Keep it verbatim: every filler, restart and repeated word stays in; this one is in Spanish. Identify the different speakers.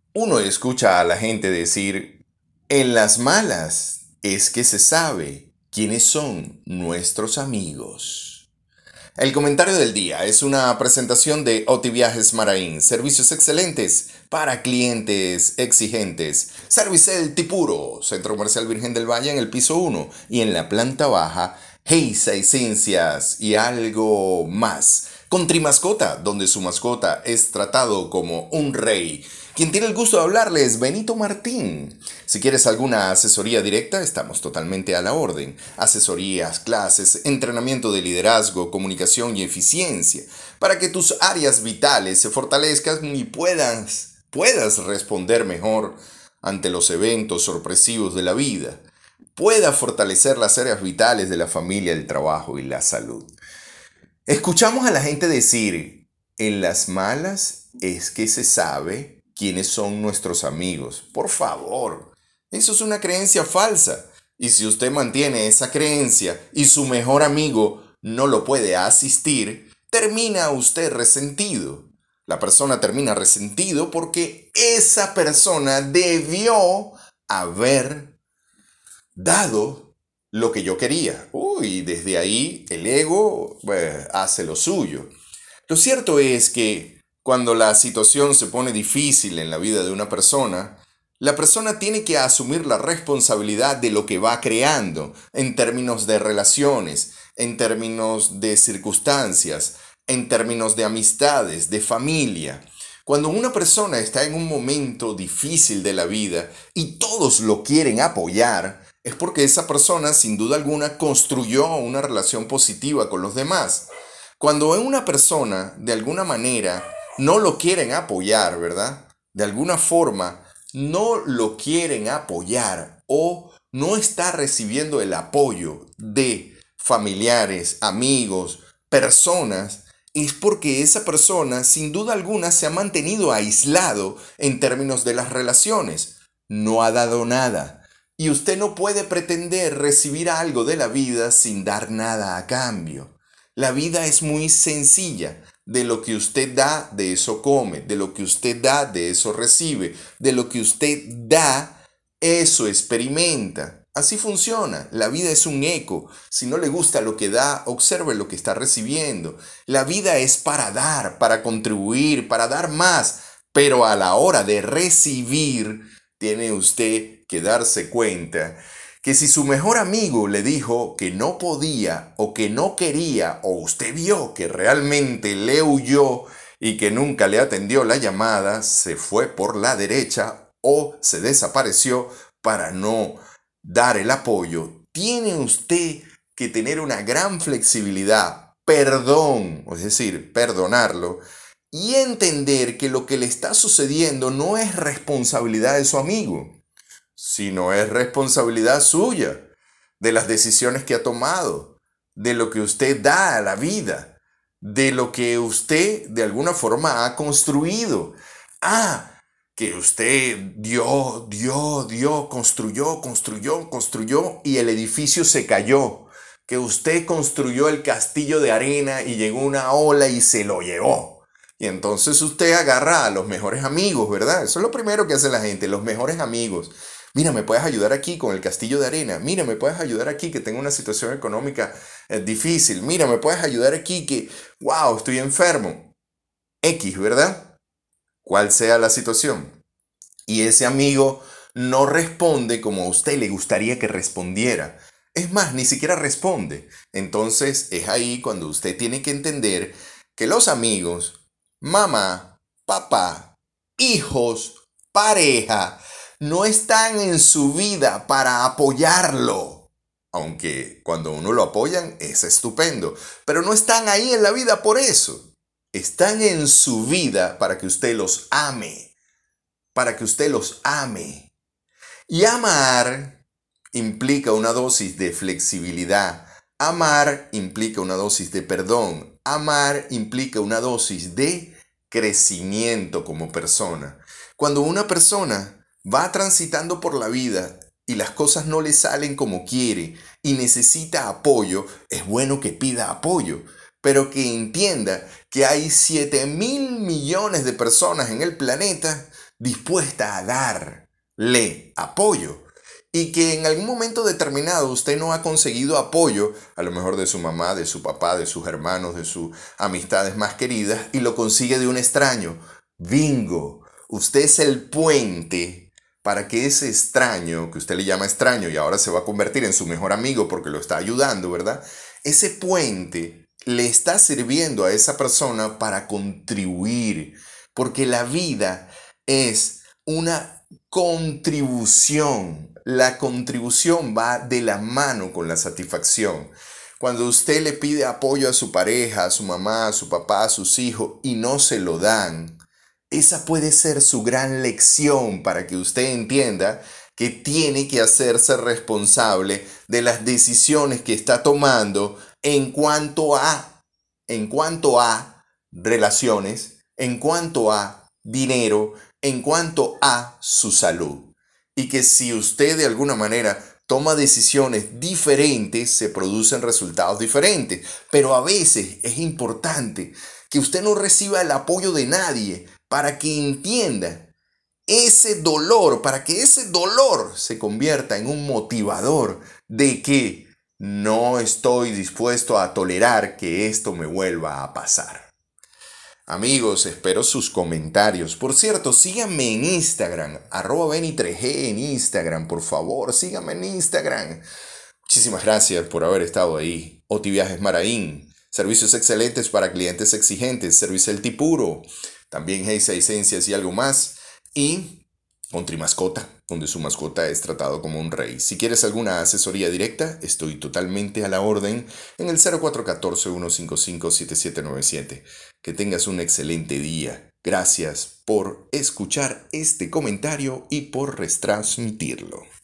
Speaker 1: Uno escucha a la gente decir, en las malas es que se sabe quiénes son nuestros amigos. El comentario del día es una presentación de Oti Viajes Maraín, servicios excelentes para clientes exigentes. Servicel Tipuro, Centro Comercial Virgen del Valle en el piso uno y en la planta baja, Heisa Esencias y algo más. Con Trimascota, donde su mascota es tratado como un rey. Quien tiene el gusto de hablarle es Benito Martín. Si quieres alguna asesoría directa, estamos totalmente a la orden. Asesorías, clases, entrenamiento de liderazgo, comunicación y eficiencia, para que tus áreas vitales se fortalezcan y puedas, puedas responder mejor ante los eventos sorpresivos de la vida. Pueda fortalecer las áreas vitales de la familia, el trabajo y la salud. Escuchamos a la gente decir, en las malas es que se sabe quiénes son nuestros amigos. Por favor, eso es una creencia falsa. Y si usted mantiene esa creencia y su mejor amigo no lo puede asistir, termina usted resentido. La persona termina resentido porque esa persona debió haber dado lo que yo quería. Uy, desde ahí el ego pues, hace lo suyo. Lo cierto es que cuando la situación se pone difícil en la vida de una persona, la persona tiene que asumir la responsabilidad de lo que va creando en términos de relaciones, en términos de circunstancias, en términos de amistades, de familia. Cuando una persona está en un momento difícil de la vida y todos lo quieren apoyar, es porque esa persona sin duda alguna construyó una relación positiva con los demás. Cuando una persona de alguna manera no lo quieren apoyar, ¿verdad? De alguna forma no lo quieren apoyar o no está recibiendo el apoyo de familiares, amigos, personas, es porque esa persona sin duda alguna se ha mantenido aislado en términos de las relaciones. No ha dado nada. Y usted no puede pretender recibir algo de la vida sin dar nada a cambio. La vida es muy sencilla. De lo que usted da, de eso come. De lo que usted da, de eso recibe. De lo que usted da, eso experimenta. Así funciona. La vida es un eco. Si no le gusta lo que da, observe lo que está recibiendo. La vida es para dar, para contribuir, para dar más. Pero a la hora de recibir, tiene usted que darse cuenta que si su mejor amigo le dijo que no podía o que no quería o usted vio que realmente le huyó y que nunca le atendió la llamada, se fue por la derecha o se desapareció para no dar el apoyo, tiene usted que tener una gran flexibilidad, perdón, es decir, perdonarlo y entender que lo que le está sucediendo no es responsabilidad de su amigo, sino es responsabilidad suya, de las decisiones que ha tomado, de lo que usted da a la vida, de lo que usted de alguna forma ha construido. Ah, que usted dio, dio, dio, construyó, construyó, construyó y el edificio se cayó. Que usted construyó el castillo de arena y llegó una ola y se lo llevó. Y entonces usted agarra a los mejores amigos, ¿verdad? Eso es lo primero que hace la gente, los mejores amigos. Mira, me puedes ayudar aquí con el castillo de arena. Mira, me puedes ayudar aquí que tengo una situación económica eh, difícil. Mira, me puedes ayudar aquí que, wow, estoy enfermo. X, ¿verdad? Cual sea la situación. Y ese amigo no responde como a usted le gustaría que respondiera. Es más, ni siquiera responde. Entonces es ahí cuando usted tiene que entender que los amigos, mamá, papá, hijos, pareja, no están en su vida para apoyarlo. Aunque cuando uno lo apoyan es estupendo. Pero no están ahí en la vida por eso. Están en su vida para que usted los ame. Para que usted los ame. Y amar implica una dosis de flexibilidad. Amar implica una dosis de perdón. Amar implica una dosis de crecimiento como persona. Cuando una persona va transitando por la vida y las cosas no le salen como quiere y necesita apoyo, es bueno que pida apoyo, pero que entienda que hay siete mil millones de personas en el planeta dispuesta a darle apoyo. Y que en algún momento determinado usted no ha conseguido apoyo, a lo mejor de su mamá, de su papá, de sus hermanos, de sus amistades más queridas, y lo consigue de un extraño. Bingo, usted es el puente para que ese extraño, que usted le llama extraño y ahora se va a convertir en su mejor amigo porque lo está ayudando, ¿verdad? Ese puente le está sirviendo a esa persona para contribuir, porque la vida es una contribución. La contribución va de la mano con la satisfacción. Cuando usted le pide apoyo a su pareja, a su mamá, a su papá, a sus hijos y no se lo dan, esa puede ser su gran lección para que usted entienda que tiene que hacerse responsable de las decisiones que está tomando en cuanto a, en cuanto a relaciones, en cuanto a dinero, en cuanto a su salud. Y que si usted de alguna manera toma decisiones diferentes, se producen resultados diferentes. Pero a veces es importante que usted no reciba el apoyo de nadie para que entienda ese dolor, para que ese dolor se convierta en un motivador de que no estoy dispuesto a tolerar que esto me vuelva a pasar. Amigos, espero sus comentarios. Por cierto, síganme en Instagram, arroba Beni tres G en Instagram, por favor, síganme en Instagram. Muchísimas gracias por haber estado ahí. Oti Viajes Maraín, servicios excelentes para clientes exigentes, Servicel Tipuro, también Geisa Esencias y algo más. Y Country Mascota, donde su mascota es tratado como un rey. Si quieres alguna asesoría directa, estoy totalmente a la orden en el cero cuatro uno cuatro, uno cinco cinco, siete siete nueve siete. Que tengas un excelente día. Gracias por escuchar este comentario y por retransmitirlo.